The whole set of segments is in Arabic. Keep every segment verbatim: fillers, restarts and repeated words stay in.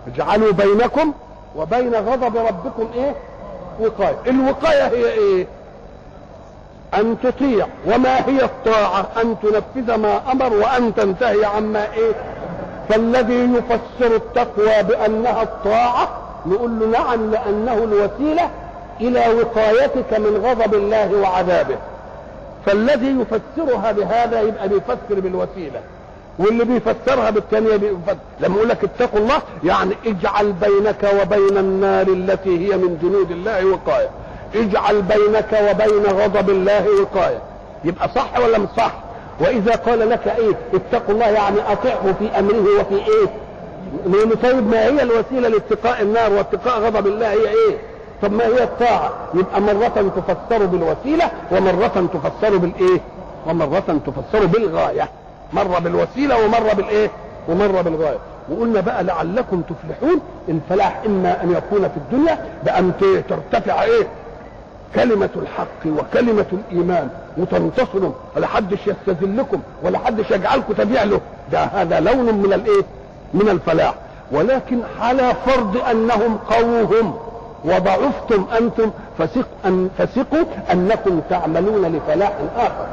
اجعلوا بينكم وبين غضب ربكم ايه؟ وقاية. الوقاية هي ايه؟ ان تطيع. وما هي الطاعة؟ ان تنفذ ما امر وان تنتهي عما ايه؟ فالذي يفسر التقوى بانها الطاعة نقول له نعم، لانه الوسيلة الى وقايتك من غضب الله وعذابه. فالذي يفسرها بهذا يبقى بيفسر بالوسيلة، واللي بيفسرها بالثانية بيفسر. لما يقول لك اتقوا الله يعني اجعل بينك وبين النار التي هي من جنود الله وقاية، اجعل بينك وبين غضب الله وقاية. يبقى صح ولا مش صح؟ واذا قال لك ايه اتقوا الله يعني اطيعه في امره وفي ايه؟ لانه طيب ما هي الوسيلة لاتقاء النار واتقاء غضب الله هي ايه؟ طب ما هي الطاعة؟ يبقى مرة تفسر بالوسيلة ومرة تفسر بالايه؟ ومرة تفسر بالغاية. مرة بالوسيلة ومرة بالايه؟ ومرة بالغاية. وقلنا بقى لعلكم تفلحون. الفلاح اما ان يكون في الدنيا بان ترتفع ايه؟ كلمة الحق وكلمة الايمان وتنتصروا ولا حدش يستذلكم ولا حدش يجعلكم تبيع له، ده هذا لون من الايه؟ من الفلاح. ولكن على فرض انهم قوهم وضعفتم انتم فثق أن فثقوا انكم تعملون لفلاح اخر،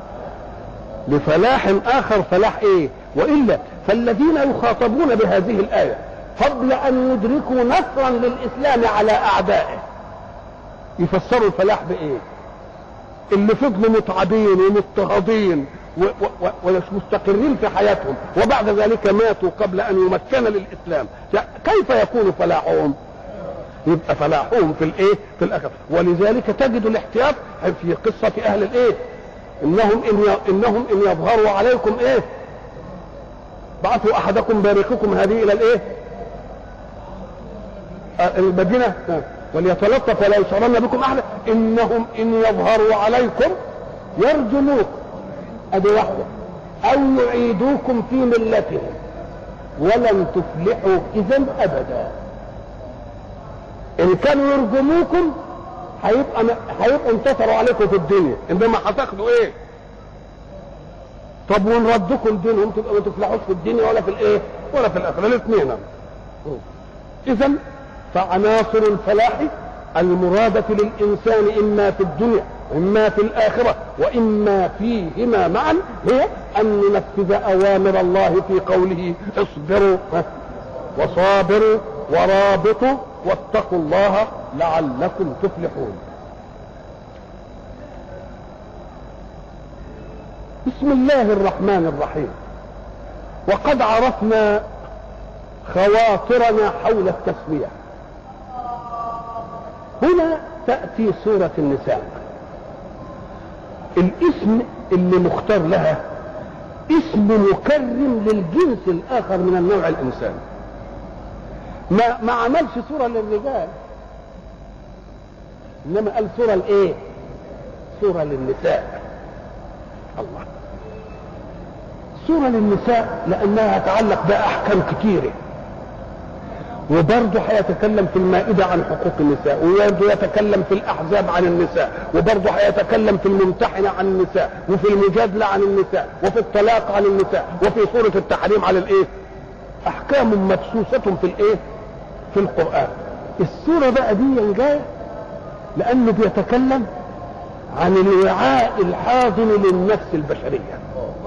لفلاح اخر. فلاح ايه؟ والا فالذين يخاطبون بهذه الايه قبل ان يدركوا نصرا للاسلام على اعدائه يفسروا الفلاح بايه؟ اللي فضلوا متعبين ومضطهدين ومش مستقرين في حياتهم وبعد ذلك ماتوا قبل ان يمكن للاسلام، كيف يكون فلاحهم؟ يبقى فلاحهم في الايه؟ في الاخره. ولذلك تجد الاحتياط في قصه اهل الايه؟ انهم ان انهم ان يظهروا عليكم ايه؟ بعثوا احدكم بارقكم هذه الى الايه؟ المدينه وليتلطف ولا يشعرن بكم احدا انهم ان يظهروا عليكم يرجموكم، ادي واحده، او يعيدوكم في ملتهم ولن تفلحوا اذا ابدا. ان كانوا يرجموكم هيبقى هيبقوا انتصروا عليكم في الدنيا، انما هتاخدوا ايه؟ طب وان ردكم دينهم تبقى ما تفلحوش في الدنيا ولا في الايه؟ ولا في الاخره، الاثنين. اذا فعناصر الفلاح المرادة للإنسان إما في الدنيا إما في الآخرة وإما فيهما معا هي أن ننفذ أوامر الله في قوله اصبروا وصابروا ورابطوا واتقوا الله لعلكم تفلحون. بسم الله الرحمن الرحيم. وقد عرفنا خواطرنا حول التسمية. هنا تأتي سورة النساء. الاسم اللي مختار لها اسم مكرم للجنس الآخر من النوع الإنساني. ما ما عملش سورة للرجال، إنما قال سورة لإيه؟ سورة للنساء. الله، سورة للنساء لأنها تتعلق بأحكام كتيرة، وبرضه هيتكلم في المائدة عن حقوق النساء، وبرضه يتكلم في الأحزاب عن النساء، وبرضه هيتكلم في الممتحنة عن النساء، وفي المجادلة عن النساء، وفي الطلاق عن النساء، وفي سورة التحريم على الإيه؟ أحكام مبسوسة في الإيه؟ في القرآن. السورة بقى دي جاية لأنه بيتكلم عن الوعاء الحاضن للنفس البشرية.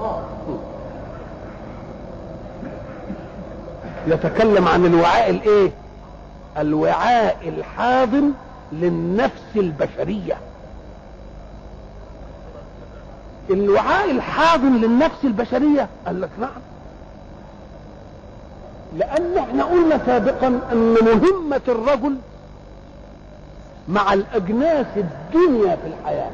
يتكلم عن الوعاء الايه؟ الوعاء الحاضن للنفس البشرية. الوعاء الحاضن للنفس البشرية قال لك نعم، لان احنا قلنا سابقا ان مهمة الرجل مع الاجناس الدنيا في الحياة،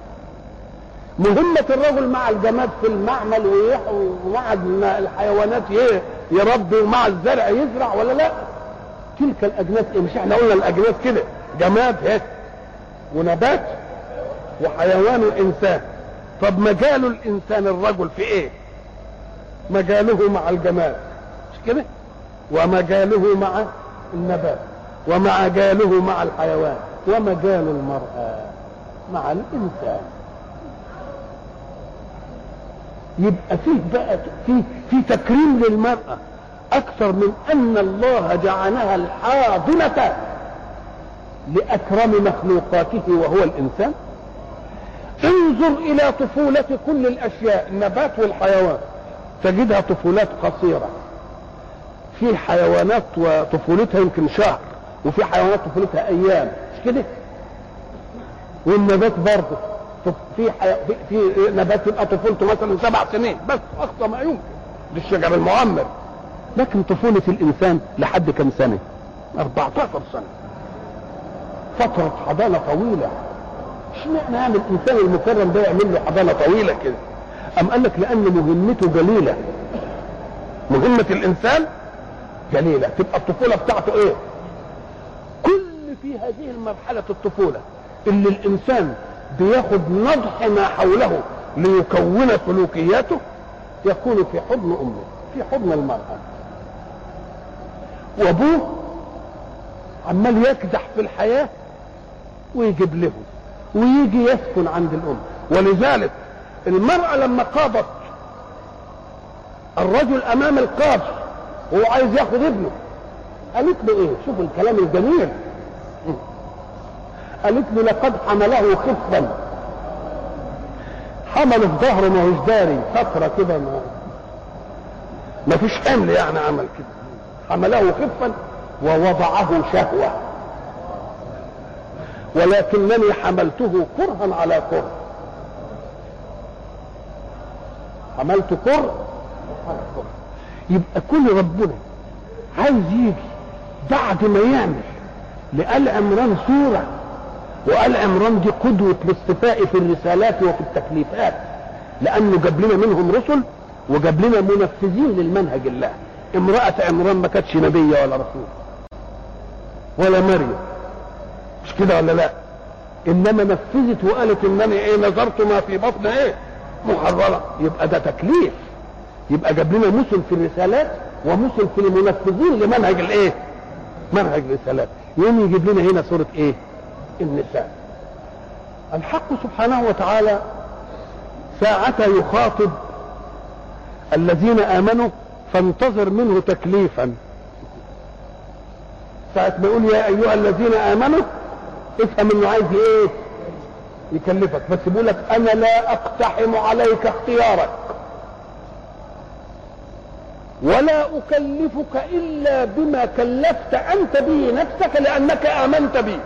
مهمة الرجل مع الجماد في المعمل ومع الحيوانات يربي ومع الزرع يزرع ولا لا؟ تلك الاجناس ايه؟ مش احنا قلنا الاجناس كده جماد هيك ونبات وحيوان وانسان. طب مجال الانسان الرجل في ايه؟ مجاله مع الجماد مش كده؟ ومجاله مع النبات ومجاله مع الحيوان، ومجال المرأة مع الانسان. يبقى فيه بقى في في تكريم للمرأة اكثر من ان الله جعلها الحاضنة لاكرم مخلوقاته وهو الانسان. انظر الى طفولة كل الاشياء، النبات والحيوان تجدها طفولات قصيرة. في حيوانات وطفولتها يمكن شهر، وفي حيوانات طفولتها ايام، مش كده؟ والنبات برضه في حي... في نبات يبقى طفولته مثلا سبع سنين بس اقصى ما يمكن للشجر المعمر، لكن طفولة الانسان لحد كم سنة؟ أربعة عشر سنة، فترة حضانة طويلة. اشمعنى يعني الانسان المكرم ده يعمل له حضانة طويلة كده؟ ام قال لك لان مهمته جليلة، مهمة الانسان جليلة، تبقى الطفولة بتاعته ايه؟ كل في هذه المرحلة الطفولة اللي الانسان بياخد نضح ما حوله ليكون سلوكياته، يكون في حضن امه، في حضن المرأة، وابوه عمال يكدح في الحياة ويجيب له ويجي يسكن عند الام. ولذلك المرأة لما قابت الرجل امام القاضي وهو عايز ياخد ابنه، قالت له ايه؟ شوف الكلام الجميل، قالت له لقد حمله خفا. حمله في ظهره ما هوش داري، فتره كده ما ما فيش حمل يعني، عمل كده حمله خفا ووضعه شهوه، ولكنني حملته كرها على كره. حملت كره على كره. يبقى كل ربنا عايز يجي بعد ما يعمل لآل عمران صورة، وآل عمران دي قدوة الاصطفاء في الرسالات وفي التكليفات، لأنه جاب لنا منهم رسل وجاب لنا منفذين للمنهج الله. امرأة عمران ما كانتش نبية ولا رسول ولا مريم، مش كده ولا لا؟ إنما نفذت وقالت إنني إيه نظرت ما في بطن إيه محررة. يبقى ده تكليف، يبقى جاب لنا مثل في الرسالات ومثل في المنفذين لمنهج الايه؟ منهج الرسالات. يوم يجيب لنا هنا سورة ايه؟ النساء. الحق سبحانه وتعالى ساعة يخاطب الذين آمنوا فانتظر منه تكليفا. ساعة ما يقول يا أيها الذين آمنوا افهم انه عايز ايه؟ يكلفك، بس بيقول لك انا لا اقتحم عليك اختيارك ولا اكلفك الا بما كلفت انت به نفسك لانك امنت بي،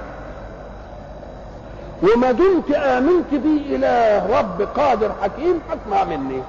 وما دمت امنت بي الى رب قادر حكيم اسمع مني.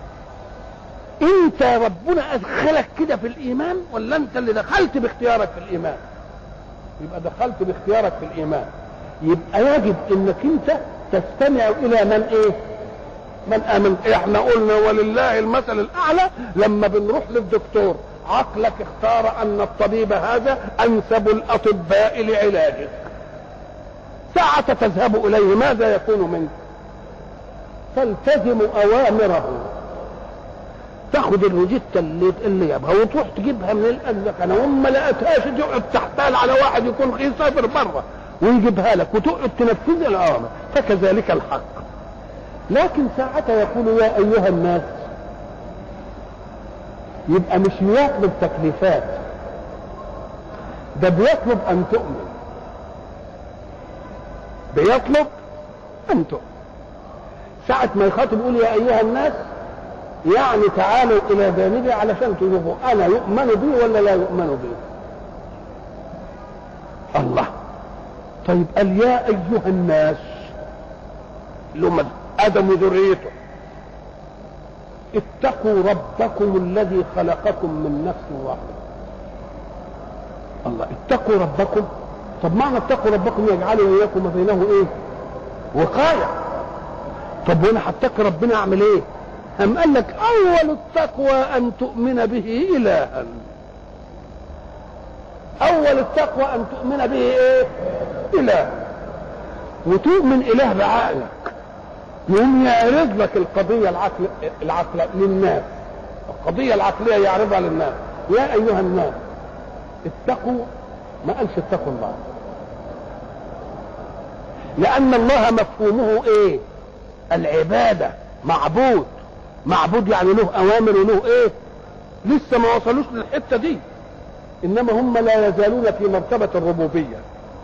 انت ربنا ادخلك كده في الايمان ولا انت اللي دخلت باختيارك في الايمان؟ يبقى دخلت باختيارك في الايمان، يبقى يجب انك انت تستمع الى من ايه؟ من امن. احنا قلنا ولله المثل الاعلى لما بنروح للدكتور، عقلك اختار ان الطبيب هذا انسب الاطباء لعلاجك، ساعة تذهب اليه ماذا يكون منك؟ تلتزم اوامره، تاخد الروجيتا اللي اللي جابها وتروح تجيبها من الازقنه، وما لقيتهاش تقعد تحتال على واحد يكون يسافر بره ويجيبها لك وتقعد تنفذ الاوامر. فكذلك الحق. لكن ساعة يقول يا ايها الناس يبقى مش يطلب تكليفات، ده بيطلب ان تؤمن، بيطلب ان تؤمن. ساعة ما يخاطب يقول يا ايها الناس يعني تعالوا الى جانبي علشان تشوفوا انا يؤمن بي ولا لا يؤمن بي. الله. طيب قال يا ايها الناس اللي هم ادم وذريته اتقوا ربكم الذي خلقكم من نفس واحده. الله، اتقوا ربكم. طب معنى اتقوا ربكم يجعلوا اياكم بينه ايه؟ وقايه. طب وانا هتقي ربنا اعمل ايه؟ أم قال لك أول التقوى أن تؤمن به إلها. أول التقوى أن تؤمن به إيه؟ إله. وتؤمن إله بعقلك، يوم يعرض لك القضية العقل العقل للناس، القضية العقلية يعرضها للناس. يا أيها الناس اتقوا، ما قالش اتقوا الله، لأن الله مفهومه إيه؟ العبادة. معبود، معبود يعني له اوامر وله ايه؟ لسه ما وصلوش للحته دي، انما هم لا يزالون في مرتبه الربوبيه.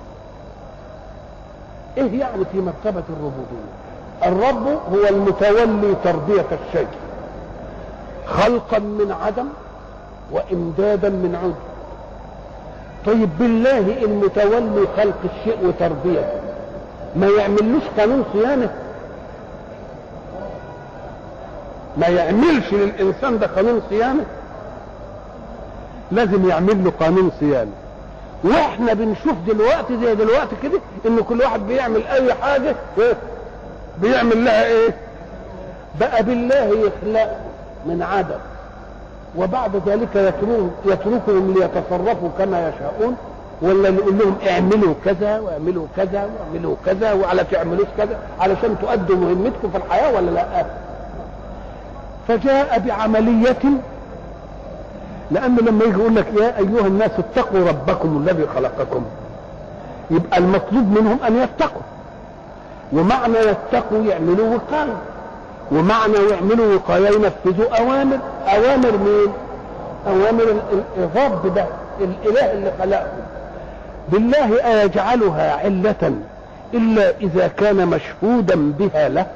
ايه يعني في مرتبه الربوبيه؟ الرب هو المتولي تربيه الشيء خلقا من عدم وامدادا من عدم. طيب بالله المتولي خلق الشيء وتربيته ما يعملوش قانون صيانه؟ ما يعملش للانسان ده قانون صيانه؟ لازم يعمل له قانون صيانه. واحنا بنشوف دلوقتي زي دلوقتي كده ان كل واحد بيعمل اي حاجه بيعمل لها ايه؟ بقى بالله يخلق من عدم وبعد ذلك يتركهم يتركهم ليتصرفوا كما يشاءون، ولا نقول لهم اعملوا كذا واعملوا كذا واعملوا كذا وعلى تعملوش كذا علشان تؤدوا مهمتكم في الحياه ولا لا؟ فجاء بعمليه، لأن لما يجي يقول لك يا أيها الناس اتقوا ربكم الذي خلقكم، يبقى المطلوب منهم أن يتقوا، ومعنى يتقوا يعملوا وقاية، ومعنى يعملوا وقاية ينفذوا أوامر. أوامر مين؟ أوامر الرب ده الإله اللي خلقهم. بالله أيجعلها علة إلا إذا كان مشهودا بها له؟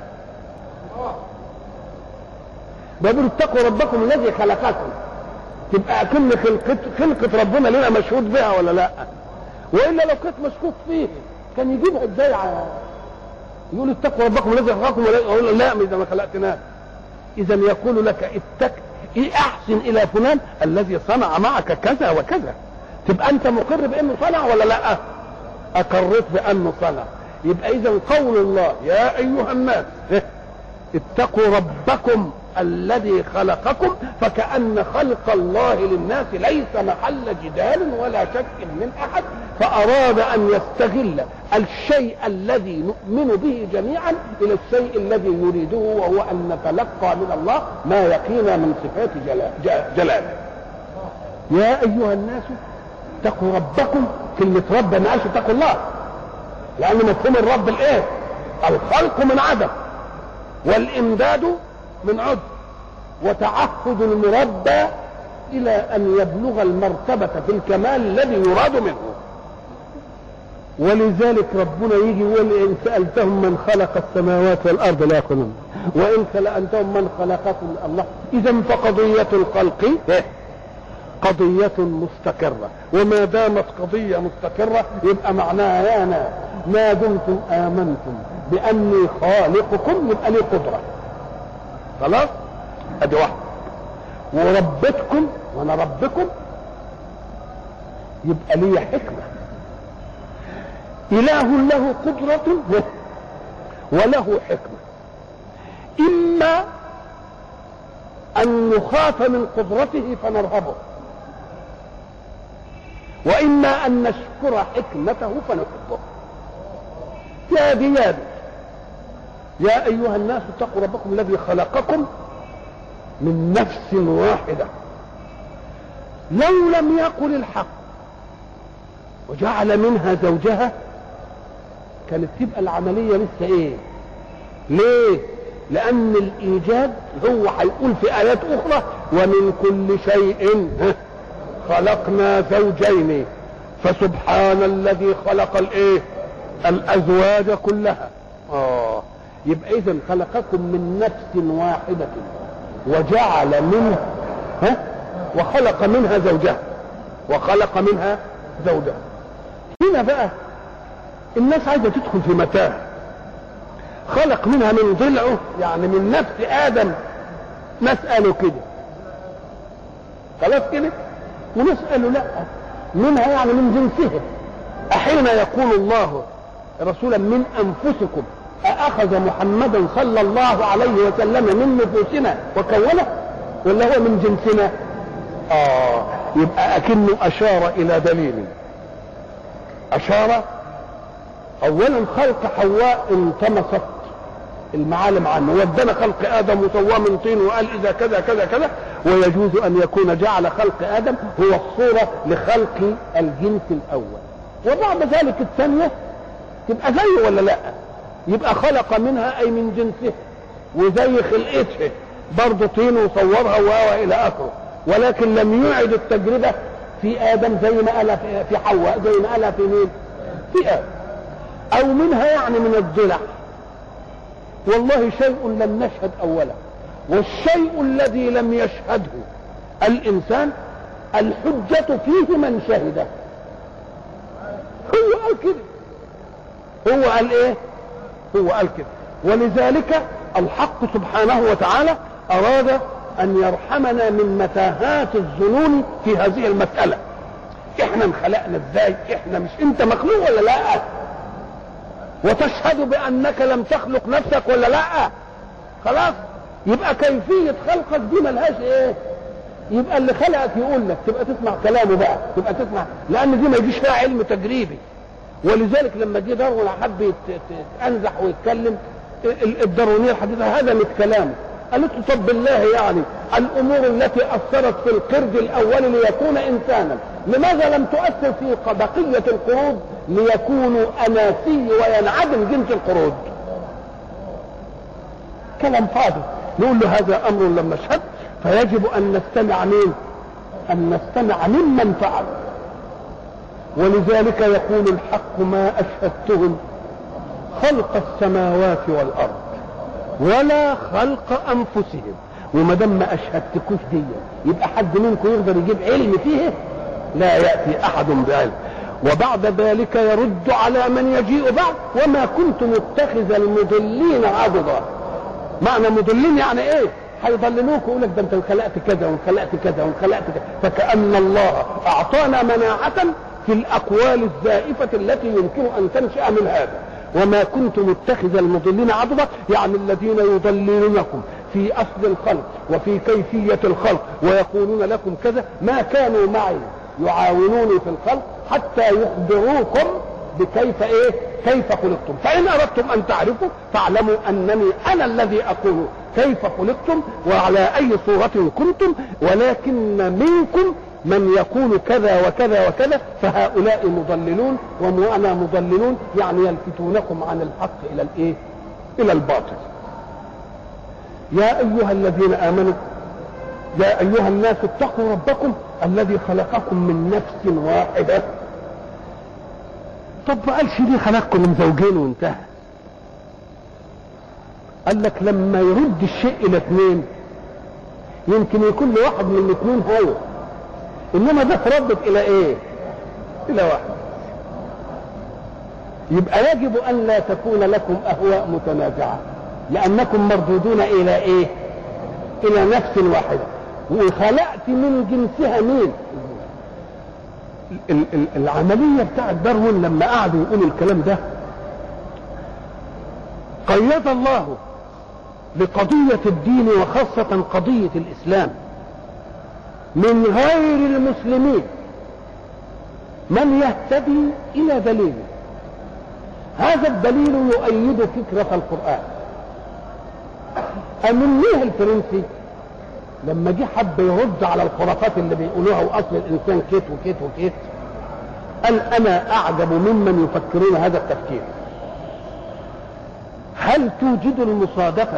بابل اتقوا ربكم الذي خلقكم، تبقى كل خلقة خلقة ربنا لنا مشهود بها ولا لا؟ والا لو كانت مشكوك فيه كان يجيبها ازاي؟ يقول اتقوا ربكم الذي خلقكم ولا يقول لا اذا ما خلقتناه. اذا يقول لك اتق ايه احسن الى فلان الذي صنع معك كذا وكذا، تبقى انت مقر بانه صنع ولا لا؟ اقريت بانه صنع. يبقى اذا قول الله يا ايها الناس اتقوا ربكم الذي خلقكم، فكأن خلق الله للناس ليس محل جدال ولا شك من احد، فاراد ان يستغل الشيء الذي نؤمن به جميعا الى الشيء الذي يريده، وهو ان نتلقى من الله ما يقينا من صفات جلاله. يا ايها الناس اتقوا ربكم، كلمه رب ما قالش اتقوا الله، لان مفهوم الرب الايه؟ الخلق من عدم والامداد من عد وتعهد المربى الى ان يبلغ المرتبة في الكمال الذي يراد منه. ولذلك ربنا يجي يقول ان سألتهم من خلق السماوات والارض لا يقولون وان سألتهم من خلقكم الله. اذا فقضية الخلق قضية مستقرة، وما دامت قضية مستقرة يبقى معناها يا ناس ما دمتم امنتم باني خالقكم يبقى لي قدرة. خلاص؟ ادي واحد. وربتكم وانا ربكم يبقى لي حكمة. اله له قدرة وله حكمة، اما ان نخاف من قدرته فنرهبه، واما ان نشكر حكمته فنحبه. يا دي يا دي. يا ايها الناس اتقوا ربكم الذي خلقكم من نفس واحدة. لو لم يقل الحق وجعل منها زوجها كانت تبقى العملية لسه ايه؟ ليه؟ لان الايجاد هو هيقول في ايات اخرى ومن كل شيء خلقنا زوجين فسبحان الذي خلق الايه؟ الازواج كلها. اه يبقى اذا خلقكم من نفس واحدة وجعل منها ها وخلق منها زوجها وخلق منها زوجها. هنا بقى الناس عايزة تدخل في متاهة. خلق منها من ضلعه يعني من نفس آدم، نسأله كده خلاص كده، ونسأله لا منها يعني من جنسها. أحين يقول الله رسولا من أنفسكم أأخذ محمدا صلى الله عليه وسلم من نفوسنا وكونه ولا هو من جنسنا؟ آه يبقى أكنه أشار إلى دليل. أشار أولا خلق حواء انطمست المعالم عنه، ودنا خلق آدم وسواه من طين وقال إذا كذا كذا كذا، ويجوز أن يكون جعل خلق آدم هو الصورة لخلق الجنس الأول، وبعد ذلك الثانية تبقى زيه ولا لا؟ يبقى خلق منها أي من جنسه وزي خلقتها برضه طين وصورها وإلى آخره. ولكن لم يعد التجربة في آدم زي ما قالها في حواء، زي ما قالها في مين؟ في آدم. أو منها يعني من الضلع. والله شيء لم نشهد أولا، والشيء الذي لم يشهده الإنسان الحجة فيه من شهده. هو قال كده، هو قال ايه؟ هو قال كده. ولذلك الحق سبحانه وتعالى أراد أن يرحمنا من متاهات الظنون في هذه المسألة. احنا انخلقنا ازاي؟ احنا مش انت مخلوق ولا لا؟ وتشهد بأنك لم تخلق نفسك ولا لا؟ خلاص، يبقى كيفية خلقك دي ملهاش ايه؟ يبقى اللي خلقك يقول لك تبقى تسمع كلامه بقى، تبقى تسمع، لأن دي ما يجيش فيها علم تجريبي. ولذلك لما جه داروين حب ينزح ويتكلم، الداروينية الحديثة هدمت كلامه، قالت له طب بالله يعني الأمور التي أثرت في القرد الأول ليكون إنسانا لماذا لم تؤثر في بقية القرود ليكونوا أناسي وينعدم جنس القرود؟ كلام فاضي. نقول له هذا أمر لم نشهد، فيجب أن نستمع مين؟ أن نستمع ممن فعل. ولذلك يقول الحق ما أشهدتهم خلق السماوات والأرض ولا خلق أنفسهم. وما دام ما أشهدتكوش دي يبقى حد منكم يقدر يجيب علم فيه؟ لا يأتي أحد بعلم. وبعد ذلك يرد على من يجيء بعد: وما كنت متخذ المضلين عضدا. معنى مضلين يعني ايه؟ هيضللوك ويقول لك ده انت انخلقت كذا وانخلقت كذا وانخلقت كذا. فكأن الله أعطانا مناعة في الأقوال الزائفة التي يمكن أن تنشأ من هذا. وما كنت متخذ المضلين عضدا، يعني الذين يضللونكم في أصل الخلق وفي كيفية الخلق ويقولون لكم كذا، ما كانوا معي يعاونوني في الخلق حتى يخبروكم بكيف ايه كيف خلقتم. فإن أردتم أن تعرفوا فاعلموا أنني أنا الذي أقول كيف خلقتم وعلى أي صورة كنتم، ولكن منكم من يقول كذا وكذا وكذا، فهؤلاء مضللون وأنا مضللون، يعني يلفتونكم عن الحق إلى الإيه؟ إلى الباطل. يا أيها الذين آمنوا، يا أيها الناس اتقوا ربكم الذي خلقكم من نفس واحدة. طب ما قالش ليه خلقكم من زوجين وانتهى؟ قال لك لما يرد الشيء إلى اثنين يمكن يكون لواحد من الاثنين هو، انما ده تردد الى ايه؟ الى واحد. يبقى يجب ان لا تكون لكم اهواء متنازعه، لانكم مردودون الى ايه؟ الى نفس واحده. وخلقت من جنسها مين؟ العمليه بتاعت داروين لما قعدوا يقولوا الكلام ده قيد الله لقضيه الدين وخاصه قضيه الاسلام من غير المسلمين من يهتدي الى دليل. هذا الدليل يؤيد فكرة القرآن. أمنيه الفرنسي لما جه حب يرد على الخرافات اللي بيقولوها واصل الانسان كيت وكيت وكيت، قال انا اعجب ممن يفكرون هذا التفكير. هل توجد المصادفة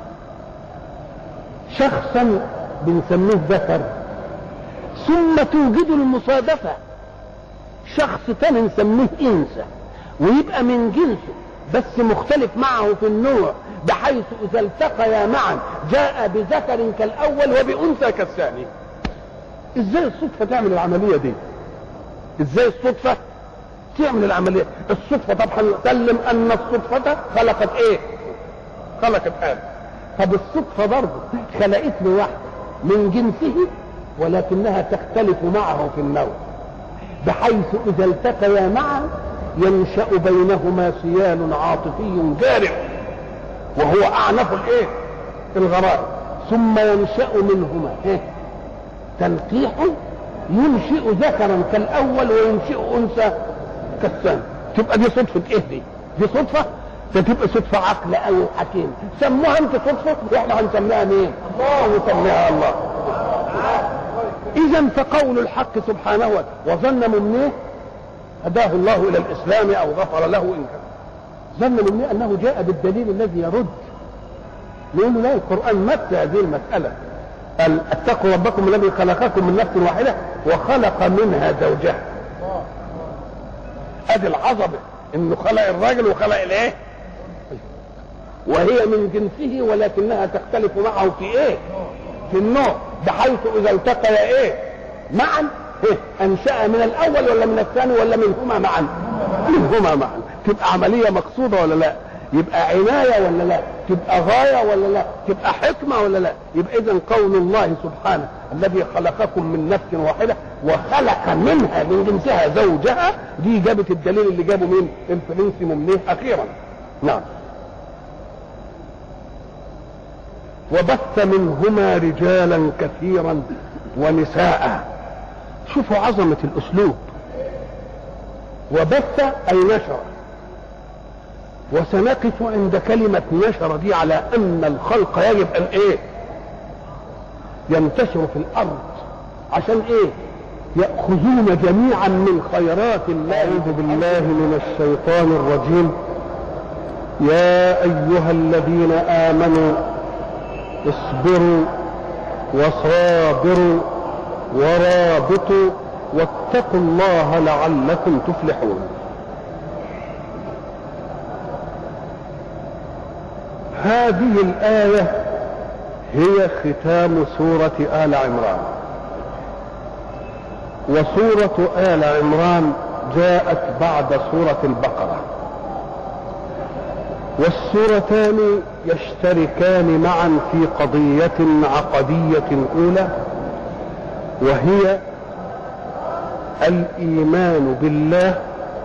شخصا بنسميه ذكر ثم توجد المصادفة شخص تاني نسميه انثى ويبقى من جنسه بس مختلف معه في النوع، بحيث اذا التقيا معا جاء بذكر كالاول وبانثى كالثاني؟ ازاي الصدفة تعمل العملية دي؟ ازاي الصدفة تعمل العملية؟ الصدفة طبعا سلم ان الصدفة خلقت ايه؟ خلقت آدم. طب الصدفة برضه خلقت له واحدة من جنسه ولكنها تختلف معه في النوع، بحيث اذا التقيا معا ينشأ بينهما سيال عاطفي جارح وهو اعنف الايه؟ الغرائب، ثم ينشأ منهما ايه؟ تلقيح ينشئ ذكرا كالاول وينشئ انثى كالثاني. تبقى دي صدفة ايه دي؟ دي صدفة؟ ده تبقى صدفة عقل او حكيم. سموها انت صدفة واحنا هنسميها مين؟ الله. ونسميها الله. اذا فقول الحق سبحانه وتعالى وظن منه هداه الله الى الاسلام او غفر له ان كان، ظن منه انه جاء بالدليل الذي يرد. نقول له لا، القرآن مت هذه المسألة قال اتقوا ربكم الذي خلقكم من نفس واحده وخلق منها زوجها. ادي العظمه انه خلق الراجل وخلق الايه، وهي من جنسه ولكنها تختلف معه في ايه؟ في النوع، بحيث اذا التقيا ايه معا إيه؟ انشأ من الاول ولا من الثاني ولا منهما معا؟ منهما معا. تبقى عمليه مقصوده ولا لا؟ يبقى عنايه ولا لا؟ تبقى غايه ولا لا؟ تبقى حكمه ولا لا؟ يبقى اذا قول الله سبحانه الذي خلقكم من نفس واحده وخلق منها من جنسها زوجها، دي جابت الدليل اللي جابه مين؟ الفرنسي ممليه اخيرا. نعم. وبث منهما رجالا كثيرا ونساء. شوفوا عظمة الأسلوب. وبث أي نشر، وسنقف عند كلمة نشر دي على أن الخلق يجب أن إيه؟ ينتشر في الأرض. عشان إيه؟ يأخذون جميعا من خيرات الله. أعوذ بالله من الشيطان الرجيم. يا أيها الذين آمنوا اصبروا وصابروا ورابطوا واتقوا الله لعلكم تفلحون. هذه الآية هي ختام سورة آل عمران. وسورة آل عمران جاءت بعد سورة البقرة، والسورتان يشتركان معا في قضية عقدية أولى، وهي الإيمان بالله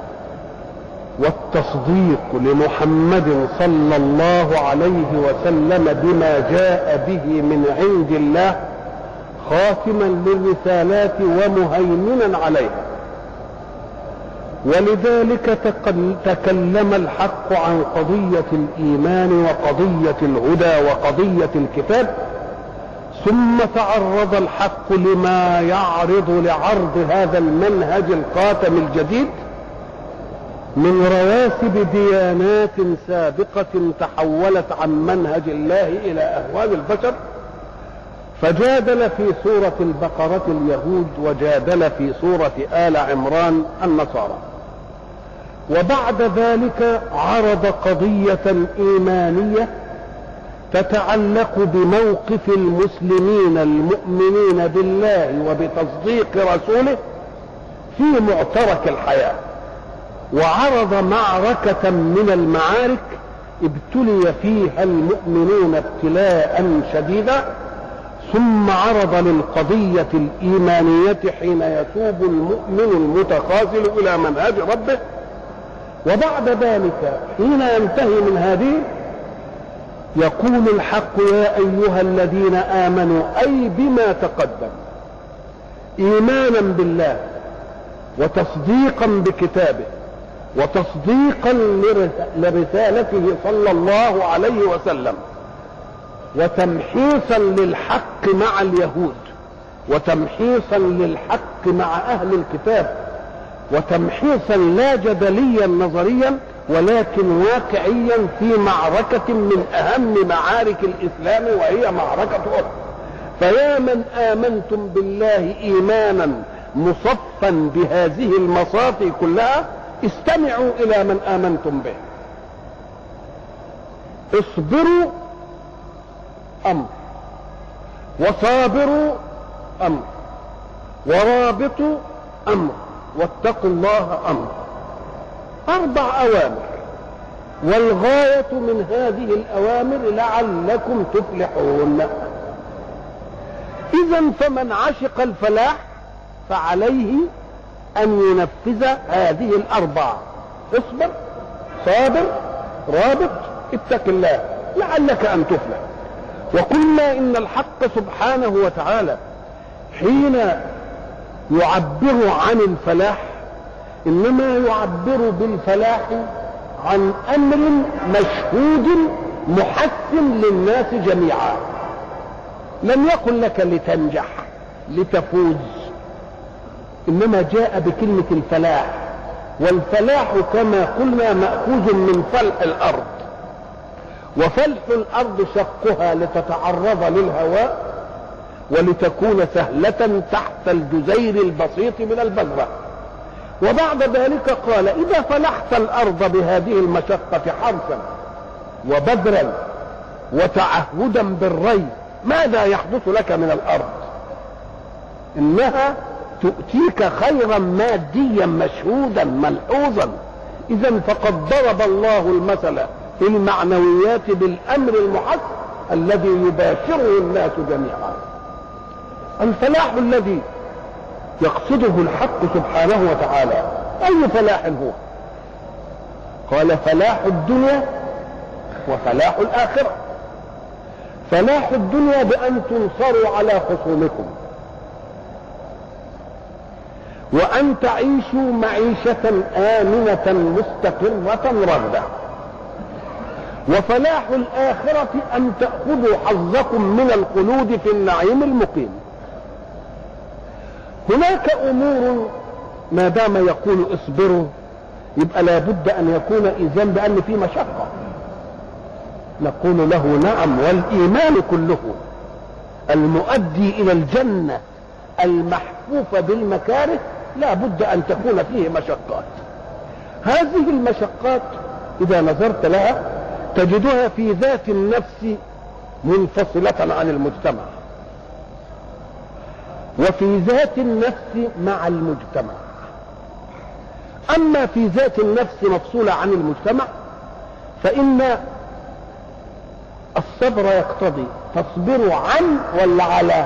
والتصديق لمحمد صلى الله عليه وسلم بما جاء به من عند الله خاتما للرسالات ومهيمنا عليها. ولذلك تكلم الحق عن قضية الإيمان وقضية الهدى وقضية الكتاب، ثم تعرض الحق لما يعرض لعرض هذا المنهج القاتم الجديد من رواسب ديانات سابقة تحولت عن منهج الله إلى أهواء البشر. فجادل في سورة البقرة اليهود، وجادل في سورة آل عمران النصارى. وبعد ذلك عرض قضية إيمانية تتعلق بموقف المسلمين المؤمنين بالله وبتصديق رسوله في معترك الحياة. وعرض معركة من المعارك ابتلي فيها المؤمنون ابتلاء شديدا، ثم عرض للقضية الإيمانية حين يتوب المؤمن المتخاذل إلى منهج ربه. وبعد ذلك حين ينتهي من هذه يقول الحق يا أيها الذين آمنوا، أي بما تقدم إيمانا بالله وتصديقا بكتابه وتصديقا لرسالته صلى الله عليه وسلم، وتمحيصا للحق مع اليهود، وتمحيصا للحق مع أهل الكتاب، وتمحيصا لا جدليا نظريا ولكن واقعيا في معركة من أهم معارك الإسلام وهي معركة أحد. فيا من آمنتم بالله إيمانا مصفا بهذه المصافي كلها استمعوا إلى من آمنتم به. اصبروا أمر، وصابروا أمر، ورابطوا أمر، واتقوا الله أمر. أربع أوامر، والغاية من هذه الأوامر لعلكم تفلحون. إذن فمن عشق الفلاح فعليه أن ينفذ هذه الأربعة: اصبر، صابر، رابط، اتق الله لعلك أن تفلح. وقلنا إن الحق سبحانه وتعالى حين يعبر عن الفلاح إنما يعبر بالفلاح عن أمر مشهود محسن للناس جميعا. لم يقل لك لتنجح لتفوز، إنما جاء بكلمة الفلاح. والفلاح كما قلنا مأخوذ من فلح الأرض، وفلح الأرض شقها لتتعرض للهواء، ولتكون سهلة تحت الجزير البسيط من البذرة. وبعد ذلك قال إذا فلحت الأرض بهذه المشقة حرثا وبذرا وتعهدا بالري ماذا يحدث لك من الأرض؟ إنها تؤتيك خيرا ماديا مشهودا ملحوظا. إذا فقد ضرب الله المثل في المعنويات بالأمر المحث الذي يباشره الناس جميعا. الفلاح الذي يقصده الحق سبحانه وتعالى أي فلاح هو؟ قال فلاح الدنيا وفلاح الآخرة. فلاح الدنيا بأن تنصروا على خصومكم وأن تعيشوا معيشة آمنة مستقرة رغدة. وفلاح الآخرة أن تأخذوا حظكم من الخلود في النعيم المقيم. هناك أمور ما دام يقول اصبروا يبقى لابد أن يكون إذن بأن في مشقة. نقول له نعم، والإيمان كله المؤدي إلى الجنة المحفوفة بالمكاره لا بد أن تكون فيه مشقات. هذه المشقات إذا نظرت لها تجدها في ذات النفس منفصلة عن المجتمع، وفي ذات النفس مع المجتمع. أما في ذات النفس مفصولة عن المجتمع فإن الصبر يقتضي تصبروا عن ولا على؟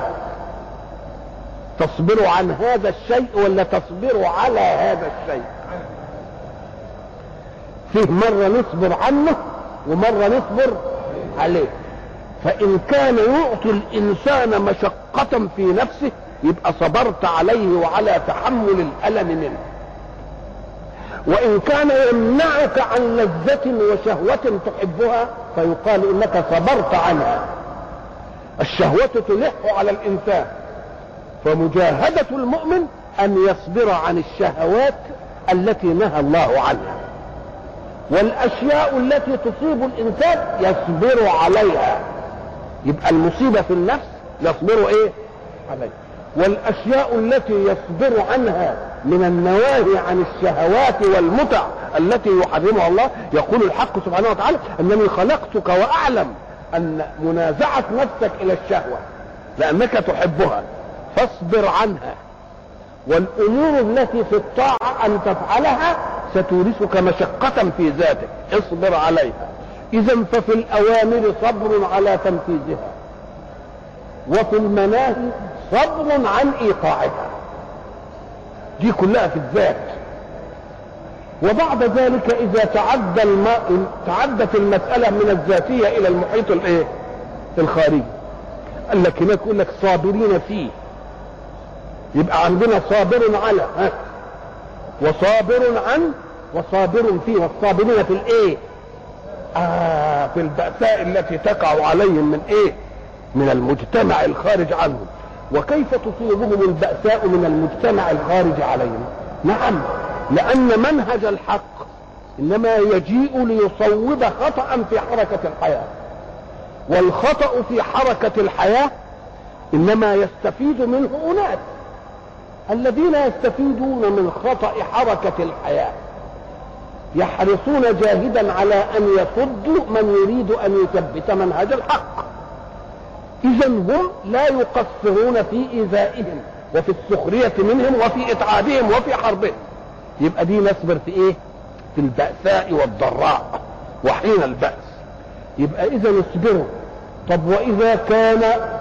تصبروا عن هذا الشيء ولا تصبروا على هذا الشيء؟ فيه مرة نصبر عنه ومرة نصبر عليه. فإن كان يعطي الإنسان مشقة في نفسه يبقى صبرت عليه وعلى تحمل الألم منه. وإن كان يمنعك عن لذة وشهوة تحبها فيقال إنك صبرت عنها. الشهوة تلح على الإنسان، فمجاهدة المؤمن أن يصبر عن الشهوات التي نهى الله عنها، والأشياء التي تصيب الإنسان يصبر عليها. يبقى المصيبة في النفس يصبر إيه؟ عليها. والأشياء التي يصبر عنها من النواهي عن الشهوات والمتع التي يحرمها الله يقول الحق سبحانه وتعالى أنني خلقتك وأعلم أن منازعة نفسك إلى الشهوة لأنك تحبها فاصبر عنها، والأمور التي في الطاعة أن تفعلها ستورثك مشقة في ذاتك اصبر عليها. إذن ففي الأوامر صبر على تنفيذها، وفي المناهي صبر عن إيقاعها. دي كلها في الذات. وبعد ذلك إذا تعدى الماء تعدت المسألة من الذاتية إلى المحيط الإيه؟ الخارجي. قال لك هناك يقول لك صابرين فيه، يبقى عندنا صابر على ها وصابر عن وصابر فيه. والصابرين في الإيه؟ آه في البأساء التي تقع عليهم من إيه؟ من المجتمع الخارج عنهم. وكيف تصيبهم البأساء من المجتمع الخارج عليهم؟ نعم، لأن منهج الحق إنما يجيء ليصوب خطأ في حركة الحياة، والخطأ في حركة الحياة إنما يستفيد منه أناس. الذين يستفيدون من خطأ حركة الحياة يحرصون جاهدا على أن يصدوا من يريد أن يثبت منهج الحق. إذا هم لا يقصرون في إيذائهم وفي السخرية منهم وفي إتعابهم وفي حربهم. يبقى دي نصبر في إيه؟ في البأساء والضراء وحين البأس. يبقى إذا اصبروا. طب وإذا كان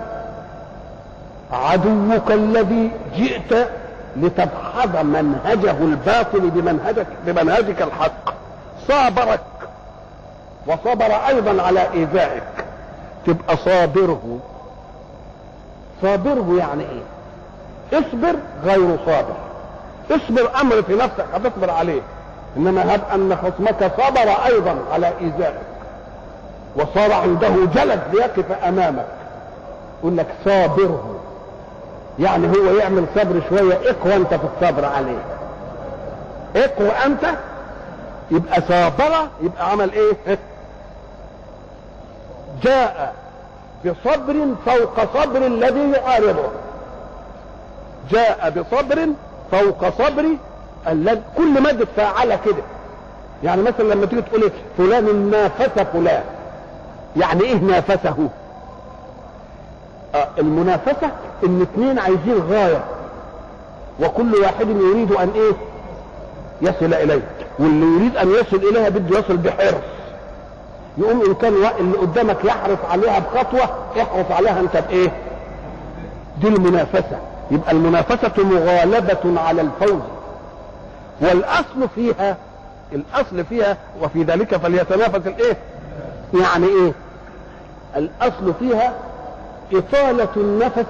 عدوك الذي جئت لتدحض منهجه الباطل بمنهجك بمنهجك الحق صابرك وصبر أيضا على إيذائك، تبقى صابره. صابره يعني ايه؟ اصبر غير صابر. اصبر امر في نفسك هتصبر عليه، انما هب ان خصمك صبر ايضا على ايذائك وصار عنده جلد ليقف امامك يقول لك صابره، يعني هو يعمل صبر شويه اقوى انت في الصبر عليه، اقوى انت. يبقى صابر يبقى عمل ايه؟ جاء بصبر فوق صبر الذي يعارضه، جاء بصبر فوق صبر الذي، كل مادة فاعلة كده. يعني مثلا لما تيجي تقول فلان نافس فلان، يعني ايه نافسه؟ آه المنافسة ان اثنين عايزين غاية وكل واحد يريد ان ايه يصل اليه، واللي يريد ان يصل اليها بده يصل بحرص. يقوم ان كان اللي قدامك يحرص عليها بخطوة احرص عليها انت بايه؟ دي المنافسة. يبقى المنافسة مغالبة على الفوز، والاصل فيها الاصل فيها وفي ذلك فليتنافس الايه؟ يعني ايه الاصل فيها؟ اطالة النفس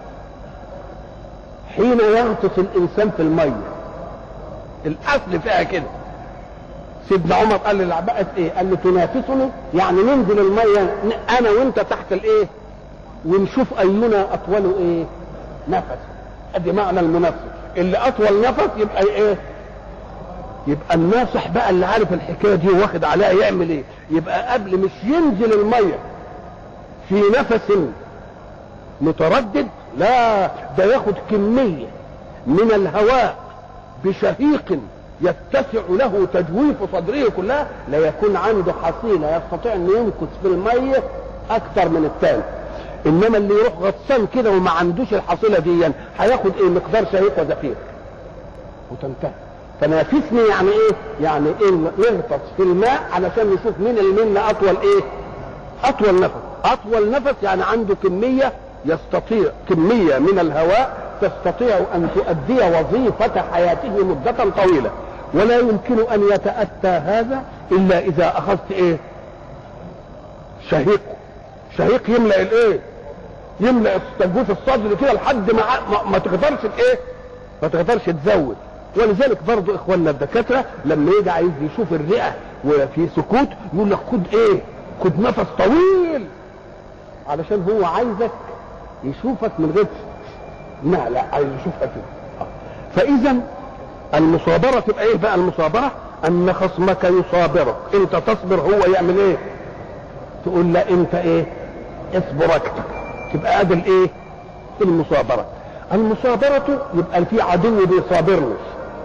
حين يغطس الانسان في المية، الاصل فيها كده. سيدنا عمر قال للعباس ايه؟ قال له تنافسني، يعني ننزل المية انا وانت تحت الايه ونشوف اينا اطول ايه نفس. ادي معنى المنافسة، اللي اطول نفس يبقى ايه؟ يبقى الناصح بقى اللي عارف الحكايه دي واخد عليها يعمل ايه؟ يبقى قبل مش ينزل الميه في نفس متردد، لا ده ياخد كميه من الهواء بشهيق يتسع له تجويف صدره كلها، لا يكون عنده حصيله يستطيع ان يمكث في الميه اكثر من الثاني. انما اللي يروح غطسان كده وما عندوش الحصيله دي هياخد ايه؟ مقدار شهيق وزفير وتنتهي. تنافسني يعني ايه؟ يعني ايه؟ نغطس في الماء علشان نشوف مين اللي منا اطول ايه؟ اطول نفس. اطول نفس يعني عنده كميه يستطيع، كميه من الهواء تستطيع ان تؤدي وظيفه حياته مده طويله، ولا يمكن ان يتاتى هذا الا اذا اخذت ايه؟ شهيق شهيق يملا الايه؟ يملا تجويف الصدر كده لحد ما ما تقدرش ايه؟ ما تقدرش تزود. ولذلك برضو اخواننا الدكاتره لما يجي عايز يشوف الرئه وفي سكوت يقول لك خد ايه؟ خد نفس طويل، علشان هو عايزك يشوفك من غير ما لا عايز يشوفك كده. فاذا المصابره تبقى ايه بقى؟ المصابره ان خصمك يصابرك، انت تصبر هو يعمل ايه؟ تقول لا انت ايه؟ اصبر اكتر. تبقى ادي الايه؟ المصابره. المصابره يبقى في عدو بيصابرني،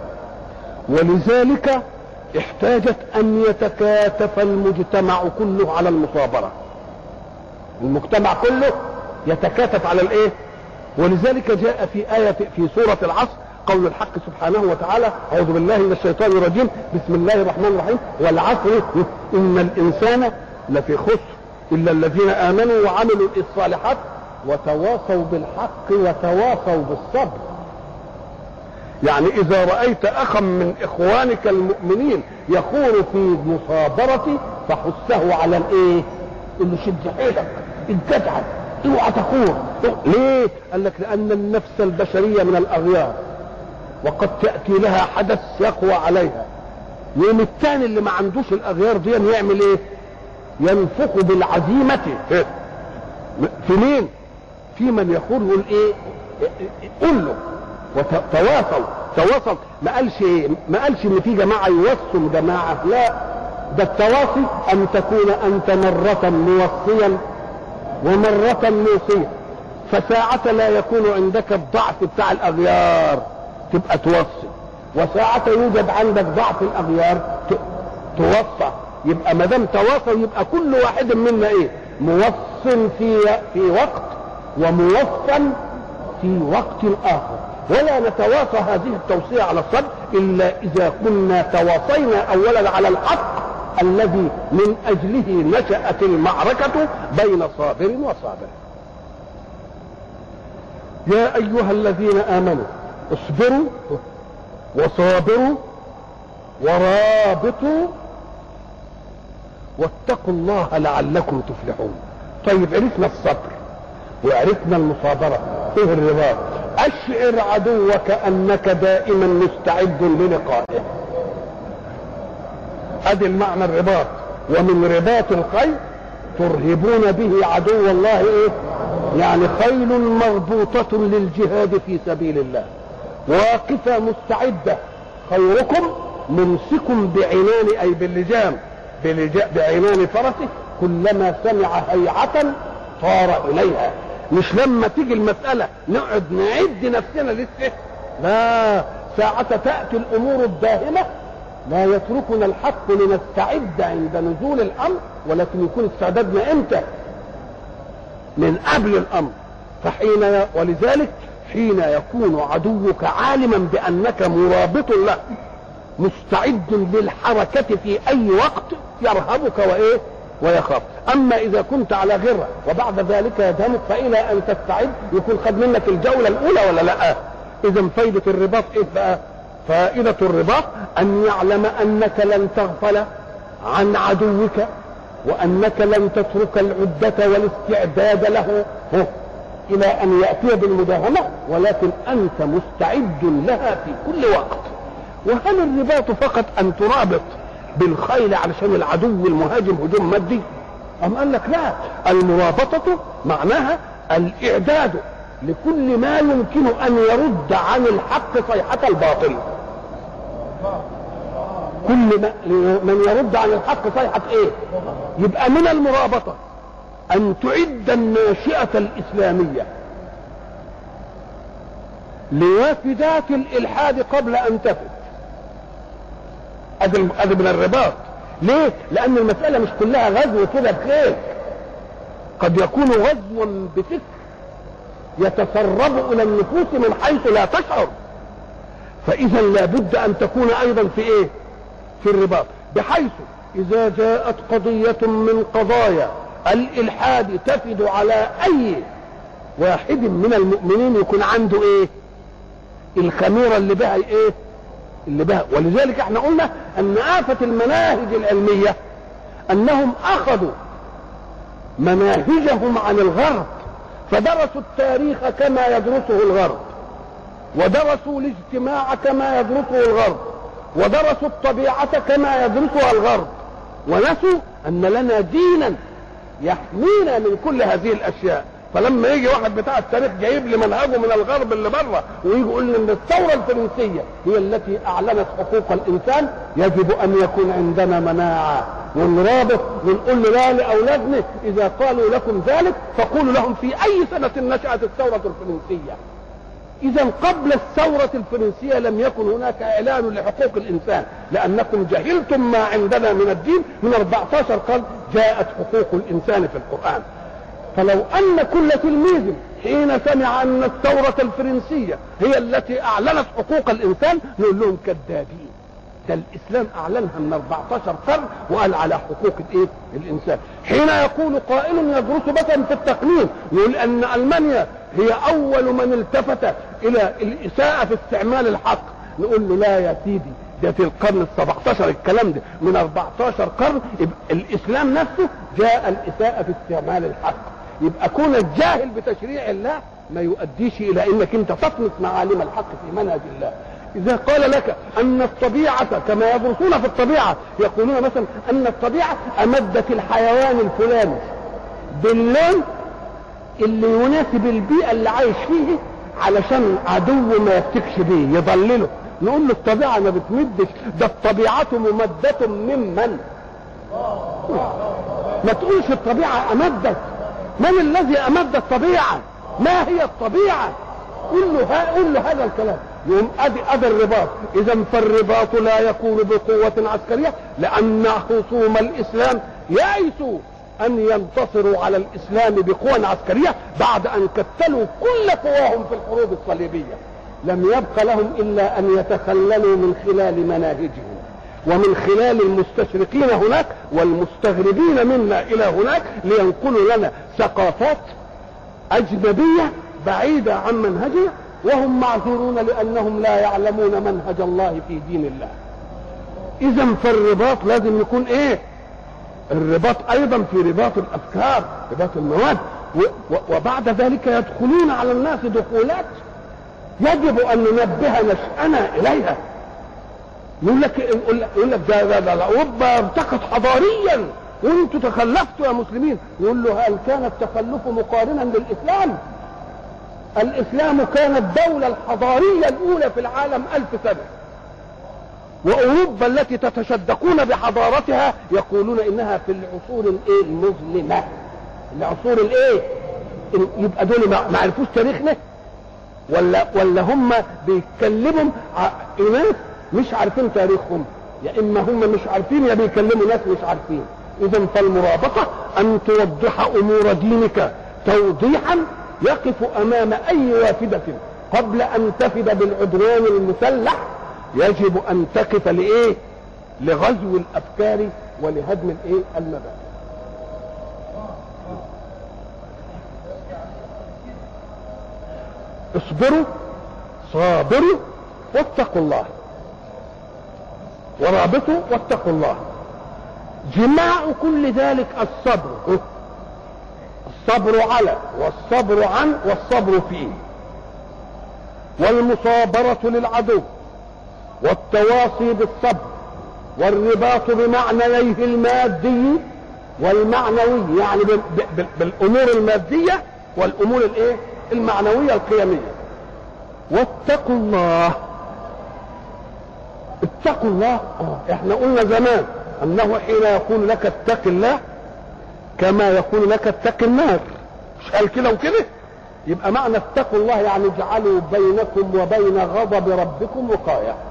ولذلك احتاجت ان يتكاتف المجتمع كله على المصابره. المجتمع كله يتكاتف على الايه؟ ولذلك جاء في آية في سورة العصر قول الحق سبحانه وتعالى: أعوذ بالله من الشيطان الرجيم، بسم الله الرحمن الرحيم، والعصر إن الإنسان لفي خسر إلا الذين آمنوا وعملوا الصالحات وتواصوا بالحق وتواصوا بالصبر. يعني إذا رأيت أخا من إخوانك المؤمنين يخور في مصابرة فحثه على الإيه؟ اللي شد حيلك، اتجدعك، اوعى تخور. ليه؟ قال لك لأن النفس البشرية من الأغيار، وقد تأتي لها حدث يقوى عليها. يوم الثاني اللي ما عندوش الأغيار دي يعمل إيه؟ ينفخ بالعزيمة في مين؟ في من يخور. يقول إيه؟ قل له وتواصل. تواصل ما قالش إيه؟ ما قالش إن في جماعة يوصوا جماعة، لا، ده التواصي أن تكون أنت مرة موصيا ومرة موصيا، فساعة لا يكون عندك الضعف بتاع الأغيار تبقى توصي، وساعة يوجد عندك ضعف الأغيار توصى. يبقى ما دام تواصل يبقى كل واحد منا ايه؟ موص في في وقت وموصى في وقت آخر. ولا نتواصى هذه التوصية على الصدق إلا إذا كنا تواصينا أولا على الحق الذي من أجله نشأت المعركة بين صابر وصابر. يا أيها الذين آمنوا اصبروا وصابروا ورابطوا واتقوا الله لعلكم تفلحون. طيب عرفنا الصبر وعرفنا المصابرة، ايه الرباط؟ اشعر عدوك انك دائما مستعد للقائه. ادي المعنى الرباط. ومن رباط الخيل ترهبون به عدو الله ايه؟ يعني خيل مربوطة للجهاد في سبيل الله واقفة مستعدة. خيركم ممسك بعنان اي باللجام بعنان فرسه كلما سمع هيعة صار اليها. مش لما تيجي المسألة نقعد نعد نفسنا لسه، لا، ساعة تأتي الامور الداهمة لا يتركنا الحق لنستعد عند نزول الامر، ولكن يكون استعدادنا امتى؟ من قبل الامر. فحين ولذلك حين يكون عدوك عالما بانك مرابط له مستعد للحركة في اي وقت يرهبك وايه ويخاف. اما اذا كنت على غره وبعد ذلك يدهمك فالى ان تستعد يكون خد منك الجولة الاولى ولا لا؟ اذا فايدة الرباط ايه بقى؟ فائدة الرباط ان يعلم انك لن تغفل عن عدوك، وانك لن تترك العدة والاستعداد له الى ان يأتي بالمداهمة، ولكن انت مستعد لها في كل وقت. وهل الرباط فقط ان ترابط بالخيل علشان العدو المهاجم هجوم مادي؟ ام قال لك لا، المرابطة معناها الاعداد لكل ما يمكن ان يرد عن الحق صيحة الباطل. كل ما من يرد عن الحق صيحة ايه؟ يبقى من المرابطة ان تعد الناشئة الاسلامية لوافدات الالحاد قبل ان تفد. ادي من الرباط. ليه؟ لان المسألة مش كلها غزو كده بخير، قد يكون غزوا بفكر يتسرب الى النفوس من حيث لا تشعر. فاذا لابد ان تكون ايضا في ايه؟ في الرباط، بحيث اذا جاءت قضية من قضايا الالحاد تفد على اي واحد من المؤمنين يكون عنده ايه؟ الخميرة اللي بها ايه؟ اللي بها. ولذلك احنا قلنا ان آفة المناهج العلمية انهم اخذوا مناهجهم عن الغرب، فدرسوا التاريخ كما يدرسه الغرب، ودرسوا الاجتماع كما يدرسه الغرب، ودرسوا الطبيعة كما يدرسها الغرب، ونسوا ان لنا دينا يحمينا من كل هذه الاشياء. فلما يجي واحد بتاع التاريخ جايب لي منهجه من الغرب اللي بره ويجي يقول لي ان الثوره الفرنسيه هي التي اعلنت حقوق الانسان، يجب ان يكون عندنا مناعه ونرابط ونقول له لا لاولادنا اذا قالوا لكم ذلك فقولوا لهم في اي سنه نشات الثوره الفرنسيه. اذا قبل الثوره الفرنسيه لم يكن هناك اعلان لحقوق الانسان، لانكم جهلتم ما عندنا من الدين. من أربعة عشر قرن جاءت حقوق الانسان في القران. فلو ان كل تلميذ حين سمع ان الثورة الفرنسية هي التي اعلنت حقوق الانسان نقول لهم كذابين، ده الاسلام اعلنها من أربعة عشر قرن وقال على حقوق الايه؟ الانسان. حين يقول قائل يدرس مثلا في التقنين يقول ان المانيا هي اول من التفت الى الاساءة في استعمال الحق، نقول له لا يا سيدي، ده في القرن السبعة عشر الكلام ده، من أربعة عشر قرن الاسلام نفسه جاء الاساءة في استعمال الحق. يبقى كون الجاهل بتشريع الله ما يؤديش الى انك انت تطمس معالم الحق في منهج الله. اذا قال لك ان الطبيعة كما يدرسون في الطبيعة يقولون مثلا ان الطبيعة امدت الحيوان الفلاني باللون اللي يناسب البيئة اللي عايش فيه علشان عدو ما يفتكش بيه يضلله، نقول له الطبيعة ما بتمدش، ده الطبيعة ممدة ممن. ما تقولش الطبيعة امدت، من الذي امد الطبيعة؟ ما هي الطبيعة؟ قل له, قل له هذا الكلام. يوم ادي ادي الرباط. اذا فالرباط لا يكون بقوة عسكرية، لان خصوم الاسلام يئسوا ان ينتصروا على الاسلام بقوة عسكرية بعد ان كتلوا كل قواهم في الحروب الصليبية. لم يبق لهم الا ان يتخللوا من خلال مناهجهم ومن خلال المستشرقين هناك والمستغربين منا الى هناك لينقلوا لنا ثقافات اجنبية بعيدة عن منهجنا، وهم معذورون لانهم لا يعلمون منهج الله في دين الله. اذا فالرباط لازم يكون ايه؟ الرباط ايضا في رباط الافكار، رباط المواد، وبعد ذلك يدخلون على الناس دخولات يجب ان ننبه نشأنا اليها. يقول لك يقول لك ده ده اوروبا ارتقت حضاريا وانتم تخلفتوا يا مسلمين. يقول له هل كان التخلف مقارنا للاسلام؟ الاسلام كان الدولة الحضارية الاولى في العالم الف سنة، واوروبا التي تتشدقون بحضارتها يقولون انها في العصور الايه المظلمة. العصور الايه؟ يبقى دول ما عرفوش تاريخنا ولا ولا هم بيتكلموا ناس مش عارفين تاريخهم، يا اما هم مش عارفين يا بيكلموا ناس مش عارفين. اذا فالمرابطه ان توضح امور دينك توضيحا يقف امام اي وافده قبل ان تفد بالعدوان المسلح. يجب ان تقف لايه؟ لغزو الافكار ولهدم الايه؟ المبادئ. اصبروا صابروا واتقوا الله ورابطوا واتقوا الله. جماع كل ذلك الصبر، الصبر على والصبر عن والصبر فيه، والمصابرة للعدو والتواصي بالصبر والرباط بمعنييه المادي والمعنوي، يعني بالامور المادية والامور الايه؟ المعنوية القيمية. واتقوا الله. اتقوا الله. احنا قلنا زمان انه حين يقول لك اتق الله كما يقول لك اتق النار، مش قال كده وكده؟ يبقى معنى اتقوا الله يعني اجعلوا بينكم وبين غضب ربكم وقاية.